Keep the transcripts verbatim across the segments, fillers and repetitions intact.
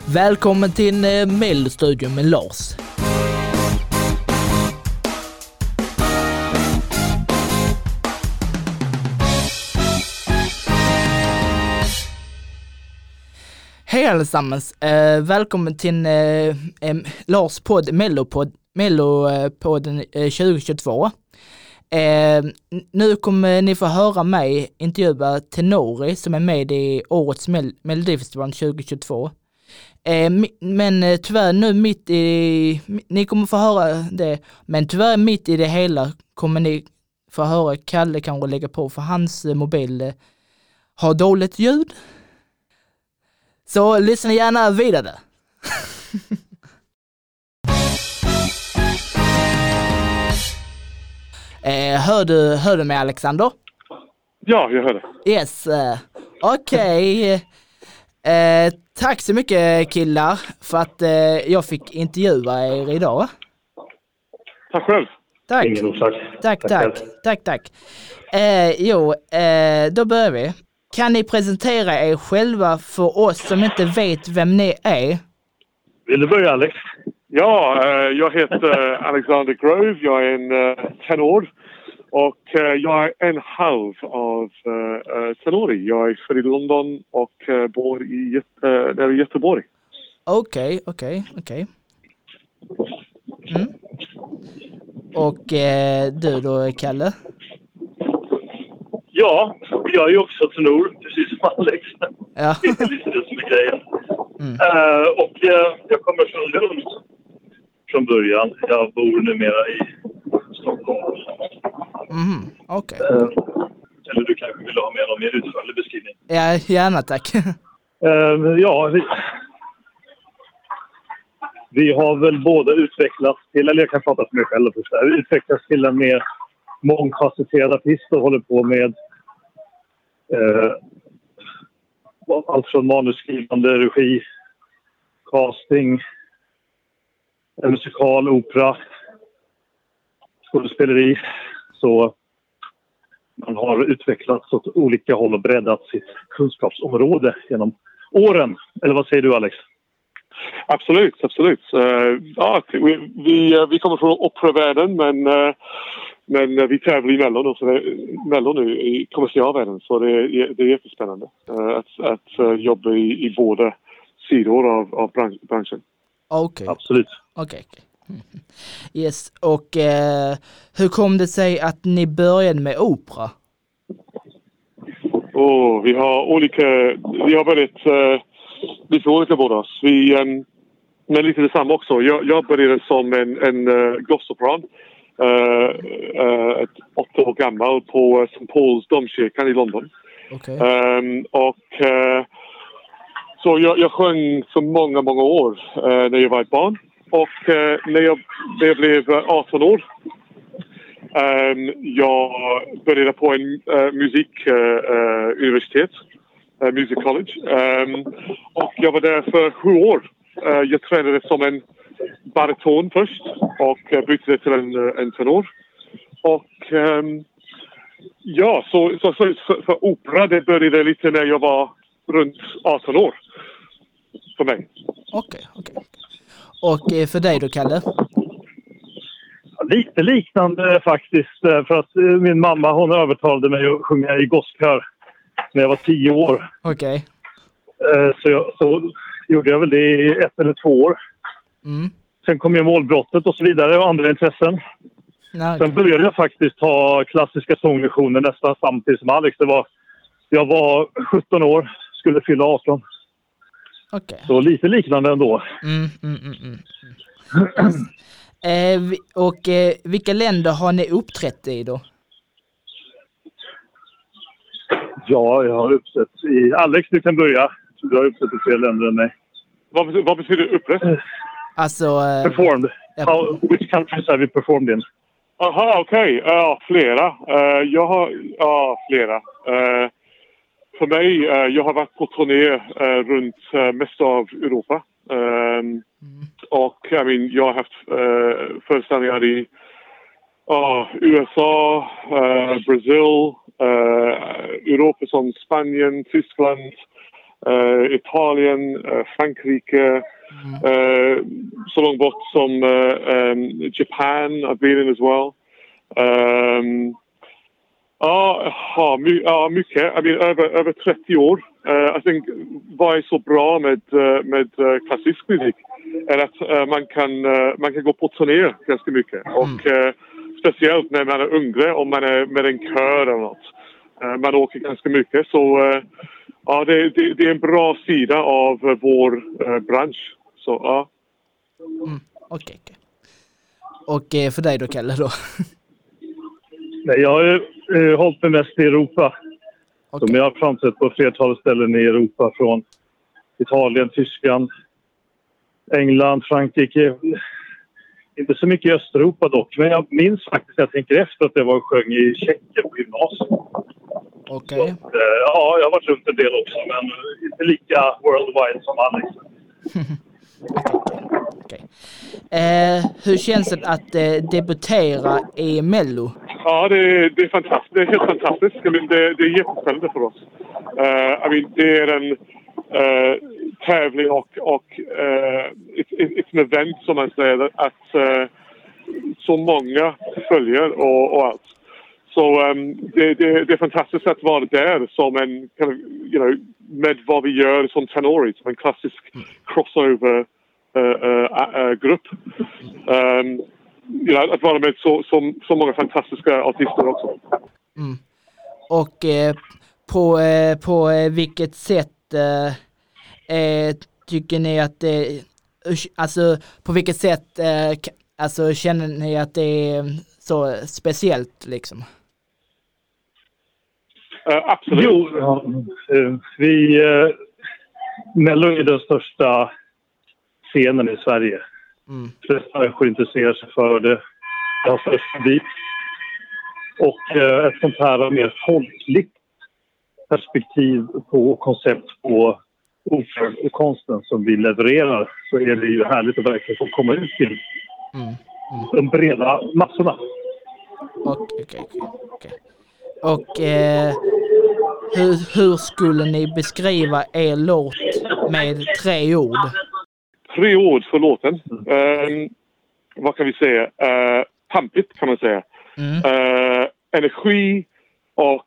Välkommen till eh, Mellostudion med Lars. Hej allesammans, eh, välkommen till eh, eh, Lars podd, Mellopodd, Mellopodden eh, tjugo tjugotvå. Eh, nu kommer ni få höra mig intervjua Tenori som är med i årets Mel- Melodifestivalen tjugo tjugotvå. Eh, men eh, tyvärr nu mitt i, ni kommer få höra det, men tyvärr mitt i det hela kommer ni få höra Kalle kanske lägga på för hans eh, mobil eh, har dåligt ljud. Så lyssna gärna vidare. eh, hör, du, hör du mig Alexander? Ja, jag hör det. Yes, uh, okej. Okay. Eh, tack så mycket killar för att eh, jag fick intervjua er idag. Tack själv. Tack. Ingen orsak. Tack, tack. Tack, tack. Eh, jo, eh, då börjar vi. Kan ni presentera er själva för oss som inte vet vem ni är? Vill du börja, Alex? Ja, eh, jag heter Alexander Grove. Jag är en uh, tenor. Och uh, jag är en halv av uh, Tenori. Jag är född i London och uh, bor i, uh, där i Göteborg. Okej, okej, okej. Mm. Och eh, du då, Kalle? Ja, jag är ju också tenor, precis som Alex. Ja. Det är lite det som är grejen. Mm. Uh, och uh, jag kommer från Lund från början. Jag bor numera i Stockholm. Mm, okej. Okay. Uh, eller du kanske vill ha med någon mer utförlig beskrivning? Ja, gärna tack. uh, ja, vi, vi har väl både utvecklats till, eller jag kan prata för mig själv först, utvecklats till en mer mångfacetterad artist och håller på med uh, allt från manusskrivande, regi, casting, musikal, opera, skådespeleri. Så man har utvecklats åt olika håll och breddat sitt kunskapsområde genom åren. Eller vad säger du, Alex? Absolut, absolut. Uh, ja, vi, vi, vi kommer från operavärlden, men, uh, men vi tävlar i Mello nu, så det, Mello nu i kommersialvärlden. Så det, det är jättespännande uh, att, att uh, jobba i, i båda sidor av, av branschen. Okej. Okay. Absolut. Okej. Okay. Yes, och eh, hur kom det sig att ni började med opera? Oh, vi har olika, vi har väldigt uh, lite olika båda oss. Vi, um, men lite detsamma också. Jag, jag började som en, en uh, gospelopera. Uh, uh, ett åtta år gammal på uh, Saint Paul's domkyrkan i London. Okay. Um, och uh, så jag, jag sjöng så många, många år uh, när jag var ett barn. Och uh, när, jag, när jag blev arton år um, jag började på en uh, musikuniversitet, uh, uh, Music College. Um, och jag var där för sju år. Uh, jag tränade som en bariton först och uh, bytte till en, uh, en tenor. Och um, ja, så, så, så för, för opera det började lite när jag var runt arton år. För mig. Okej, okay, okej. Okay. Och eh, för dig då, Kalle? Lite liknande faktiskt, för att min mamma hon övertalade mig att sjunga i gospelkör när jag var tio år. Okej. Okay. Så, jag, så gjorde jag väl det i ett eller två år. Mm. Sen kom jag målbrottet och så vidare och andra intressen. Nej, Sen började jag faktiskt ta klassiska sånglektioner nästan samtidigt som Alex. Det var, jag var sjutton år, skulle fylla arton. Okej. Okay. Så lite liknande ändå. Mm, mm, mm, mm. Yes. eh, och eh, vilka länder har ni uppträtt i då? Ja, jag har uppträtt i... Alex, du kan börja. Du har uppträtt i fler länder än mig. Vad, vad betyder uppträtt? Alltså... Eh, performed. Ja. How, which countries have you performed in? Aha, okej. Okay. Ja, uh, flera. Uh, jag har... Ja, uh, flera. Uh, för mig, uh, jag har varit på turné uh, runt uh, mest av Europa. Um, mm. Och I mean, jag har haft uh, föreställningar i uh, U S A, uh, Brasil, uh, Europa som Spanien, Tyskland, uh, Italien, uh, Frankrike, mm. uh, så långt bort som uh, um, Japan I've been in as well. Um, ja, ja, my, ja, mycket. I mean, över, över trettio år. Uh, I think vad är så bra med, uh, med uh, klassisk musik är att uh, man, kan, uh, man kan gå på turné ganska mycket. Mm. Och uh, speciellt när man är yngre, om man är med en kör eller något. Uh, man åker ganska mycket. Så uh, ja, det, det, det är en bra sida av uh, vår uh, bransch. Så ja. Mm. Okej, okay, okay. Och för dig då, Kalle, då? Nej, jag har eh, hållit mig mest i Europa. Okay. Så jag har framträtt på flertalet ställen i Europa, från Italien, Tyskland, England, Frankrike. Inte så mycket i Östeuropa dock, men jag minns faktiskt, jag tänker efter, att jag var och sjöng i Tjeckien på gymnasiet. Okej. Okay. Så, eh, ja, jag har varit runt en del också, men inte lika worldwide som Alex. Okay. Eh, hur känns det att eh, debutera i Mello? Ja, det, det är fantastiskt. Det är helt fantastiskt. I mean, det, det är jättespännande för oss. Uh, I mean, det är en uh, tävling och, och uh, ett, ett, ett event, som man säger, att uh, så många följer och, och allt. Så um, det, det, det är fantastiskt att vara där som en, you know, med vad vi gör som Tenori, som en klassisk crossover uh, uh, uh, grupp. Um, you know, att vara med så, så, så många fantastiska artister också. Mm. Och eh, på, eh, på eh, vilket sätt eh, eh, tycker ni att det, alltså på vilket sätt eh, alltså känner ni att det är så speciellt liksom? Uh, absolut. Jo, ja, vi uh, Mello är den största scenen i Sverige. Mm. Flesta människor intresserar sig för det. Det har störst publik. Och uh, ett sånt här mer folkligt perspektiv på koncept på operan och konsten som vi levererar, så är det ju härligt att verkligen få komma ut till mm. Mm. de breda massorna. Okej, okej, okej. Och eh, hur, hur skulle ni beskriva er låt med tre ord? Tre ord för låten. Um, vad kan vi säga? Uh, pampigt kan man säga. Mm. Uh, energi och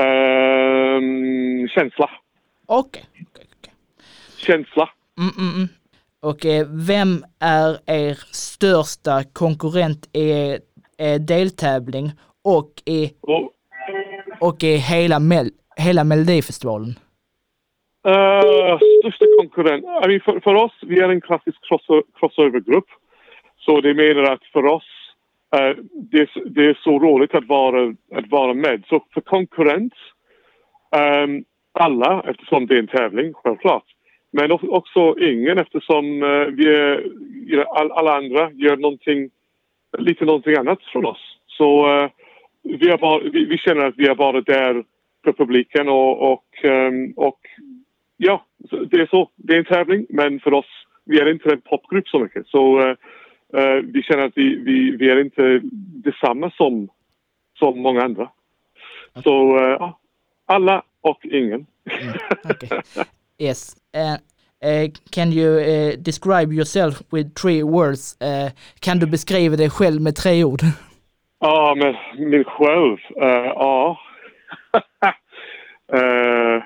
um, känsla. Okej. Okay. Okay, okay. Känsla. Mm, mm, mm. Och eh, vem är er största konkurrent i er deltävling och i, oh. och i hela, Mel- hela Melodifestivalen? Uh, största konkurrent? I mean, för, för oss, vi är en klassisk cross- crossover-grupp. Så det menar att för oss uh, det, det är så roligt att vara, att vara med. Så för konkurrent, um, alla, eftersom det är en tävling, självklart. Men också ingen, eftersom uh, vi är, you know, all, alla andra gör någonting, lite någonting annat från oss. Så uh, vi, är bara, vi, vi känner att vi är bara där för publiken och, och, um, och ja, det är så. Det är en tävling, men för oss, vi är inte en popgrupp så mycket. Så uh, uh, vi känner att vi, vi, vi är inte detsamma som, som många andra. Okay. Så uh, alla och ingen. Mm, okay. Yes. Uh, uh, can you uh, describe yourself with three words? Uh, kan du beskriva dig själv med tre ord? Ja, men min själv? Uh, ja. uh,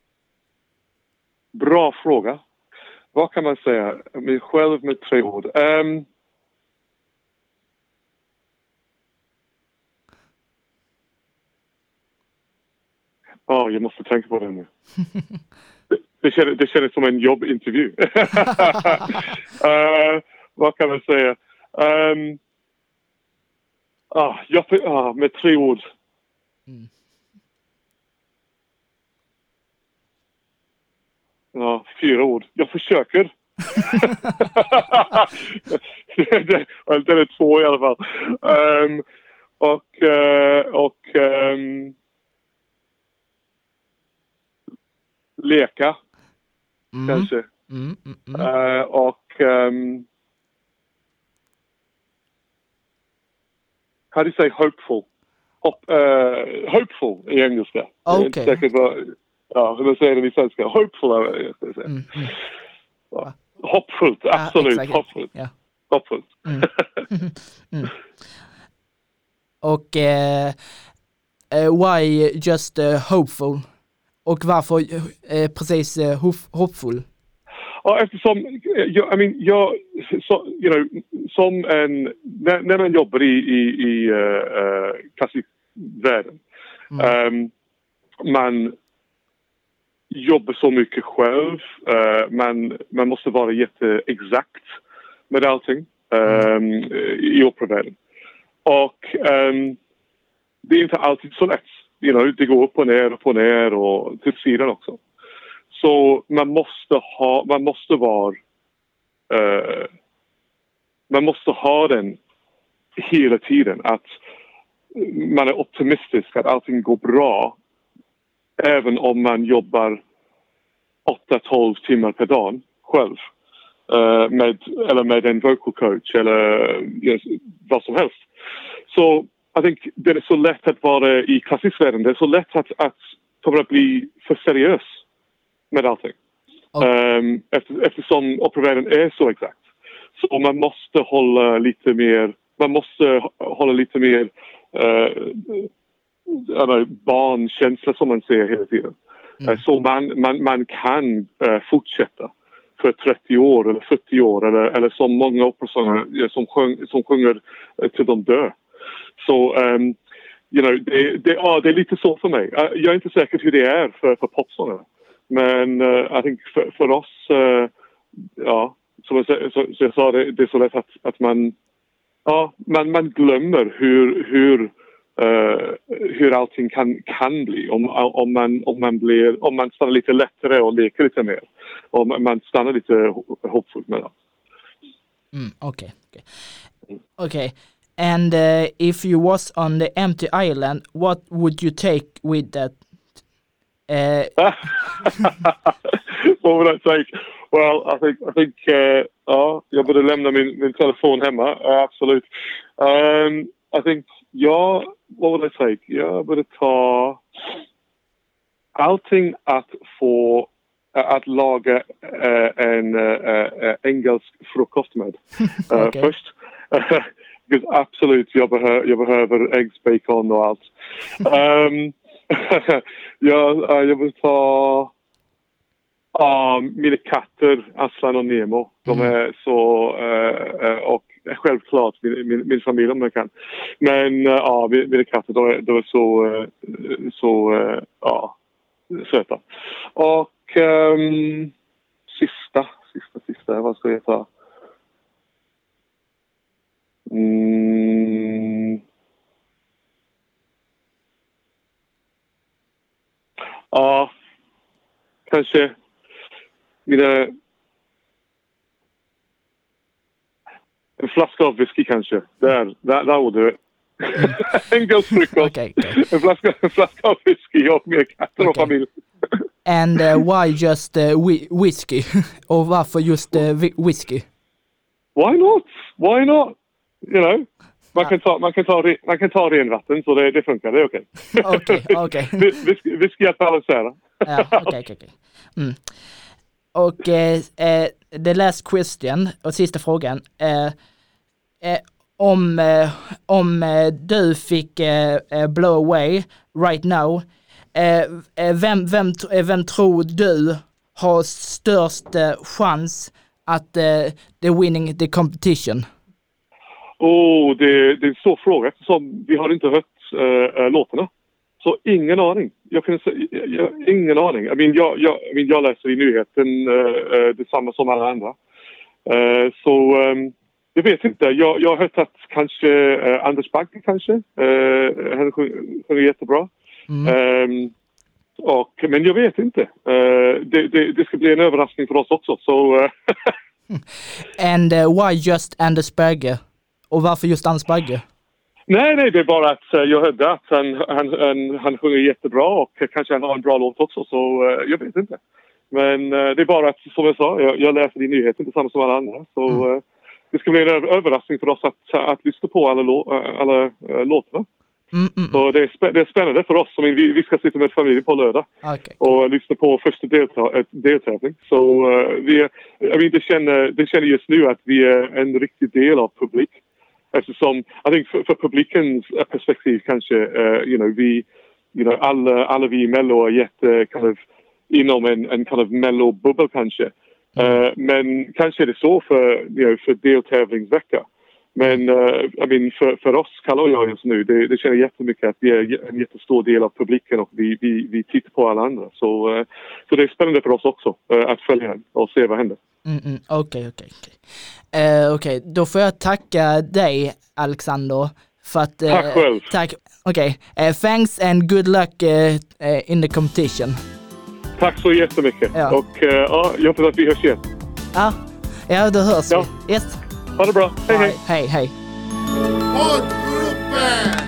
bra fråga. Vad kan man säga? Min själv med tre ord. Um, Ja, oh, jag måste tänka på det nu. Det känns, det känns som en jobbintervju. uh, vad kan man säga? Um, ah, jag, ah, med tre ord. Mm. Ja, fyra ord. Jag försöker. det, det är två i alla fall. Um, och uh, och um, leka, mm. kanske. Mm, mm, mm. Uh, och um, how do you say hopeful? Hop, uh, hopeful i engelska. Okay. Säkert vad, ja, hur säger det i svenska? Hopeful, jag ska säga. Mm, mm. Ja. Hoppfullt, absolut. Ja, hoppfullt. Ja. Hoppfullt. Mm. mm. Och uh, uh, why just uh, hopeful? Och varför uh, precis uh, hoppfull? Ja, eftersom jag, I mean, jag, so, you know, som en, när, när man jobbar i, i, i uh, klassikvärlden, mm. um, man jobbar så mycket själv, uh, man, man måste vara jätteexakt med allting um, mm. i operavärlden. Och um, det är inte alltid så lätt. You know, det går upp och ner och på ner och till sidan också. Så man måste ha, man måste vara, uh, man måste ha den hela tiden. Att man är optimistisk, att allting går bra. Även om man jobbar åtta tolv timmar per dag själv. Uh, med, eller med en vocal coach eller yes, vad som helst. Så jag think det är så lätt att vara i klassisvärlden. Det är så lätt att, att kommer att bli för seriös med allting. Okay. Um, efter, eftersom operavärlden är så exakt. Så man måste hålla lite mer, man måste hålla lite mer uh, know, barnkänsla som man ser hela tiden. Mm. Uh, så man, man, man kan uh, fortsätta för trettio år eller fyrtio år eller, eller som många operasångare som, sjung, som sjunger uh, till de dör. Så um, you know, det, det, ja, det är lite så för mig. Uh, jag är inte säker hur det är för, för popsångare. Men uh, jag think för, för oss, uh, ja, som jag, så, så jag sa, det, det är så lätt att, att man, ja, man, man glömmer hur, hur, uh, hur allting kan, kan bli. Om, om, man, om, man blir, om man stannar lite lättare och leker lite mer. Om man stannar lite hoppfullt med det. Mm, Okej. Okay, okay. okay. And uh, if you was on the empty island, what would you take with that? Uh, what would I take? Well, I think I think uh, ja, jag borde lämna min, min telefon hemma. Uh, absolut. Um, I think ja, what would I take? Jag borde ta allting att få uh, att laga uh, en uh, uh, engelsk frukost med uh, okay. först. Absolut, jag, behö, jag behöver äggs, bacon och allt. um, jag, jag vill ta uh, mina katter, Aslan och Nemo. De är så, uh, uh, och självklart min, min, min familj om de kan. Men ja, uh, mina katter, de är, de är så, uh, så uh, ja, söta. Och um, sista, sista, sista, vad ska jag ta? Mm. Ja, kanske mina en flaska av whisky kanske. Där, där, där var det. En guldsfrukost. Okay, okay. En flaska, en flaska av whisky och mer katter och okay. familj. And uh, why just uh, whi- whiskey? Och varför just uh, whisky? Why not? Why not? You know, man kan ta, man kan ta, man kan ta renvatten så det, det funkar, det är okej. Okej, okej. Vi ska balansera. Ja, okej, okej. Mm. Och eh, the last question, och sista frågan. Eh, eh, om eh, om du fick eh, blow away right now, eh, vem, vem, vem tror du har störst eh, chans att eh, the winning the competition? Oh, det, det är en stor fråga eftersom vi har inte hört äh, låtarna. Så ingen aning. Jag kan säga, jag, ingen aning. I mean, jag, jag, I mean, jag läser i nyheten äh, detsamma som alla andra. Äh, så ähm, jag vet inte. Jag, jag har hört att kanske äh, Anders Bagge kanske. Äh, han sjunger jättebra. Mm. Ähm, och, men jag vet inte. Äh, det, det, det ska bli en överraskning för oss också. Så, äh. And uh, why just Anders Bagge? Och varför just Anders Bagge? Nej, nej, det är bara att uh, jag hörde att han, han, han, han sjunger jättebra och kanske han har en bra låt också, så uh, jag vet inte. Men uh, det är bara att, som jag sa, jag, jag läser i nyheten tillsammans med alla andra. Så uh, det ska bli en överraskning för oss att, att lyssna på alla, lå- alla uh, låtarna. Mm, mm. Så det är, spä- det är spännande för oss. Vi, vi ska sitta med familjen på lördag Okay. och lyssna på första delta- deltävling. Så uh, vi är, jag mean, det, känner, det känner just nu att vi är en riktig del av publik. Eftersom, I think för, för publikens perspektiv kanske, uh, you know, vi, you know, alla, alla vi i Mello är jätte, kind of, inom en, en kind of Mello-bubbel kanske. Mm. Uh, men kanske är det så för, you know, för deltävlingsvecka. Men uh, I mean, för, för oss, Kalle och jag just nu, det, det känner jättemycket att vi är en jättestor del av publiken och vi, vi, vi tittar på alla andra. Så, uh, så det är spännande för oss också uh, att följa den och se vad händer. Mm, okej, okej. Okej, då får jag tacka dig, Alexander. För att, uh, tack själv. Tack. Okej, okay. uh, thanks and good luck uh, uh, in the competition. Tack så jättemycket. Ja. Och uh, ja, jag hoppas att vi hörs igen. Ja, ja då hörs ja. vi. Yes. Ha det bra. Hej, hej. Hej, hej. Poddgruppen!